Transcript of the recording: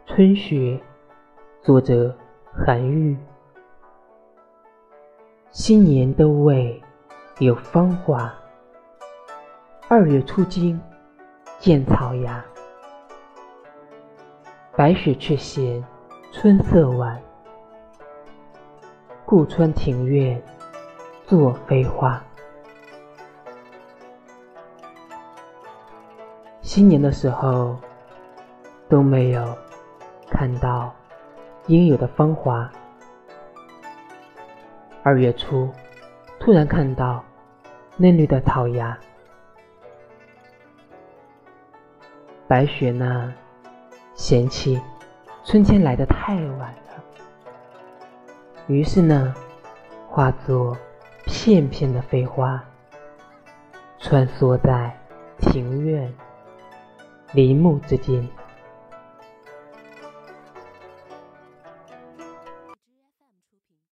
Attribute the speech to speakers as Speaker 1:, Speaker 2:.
Speaker 1: 春雪，作者韩愈。新年都未有芳华，2月初惊见草芽。白雪却嫌春色晚，故穿庭院作飞花。新年的时候都没有看到应有的芳华，2月初突然看到嫩绿的草芽，白雪呢嫌弃春天来得太晚了，于是呢化作片片的飞花，穿梭在庭院林木之间。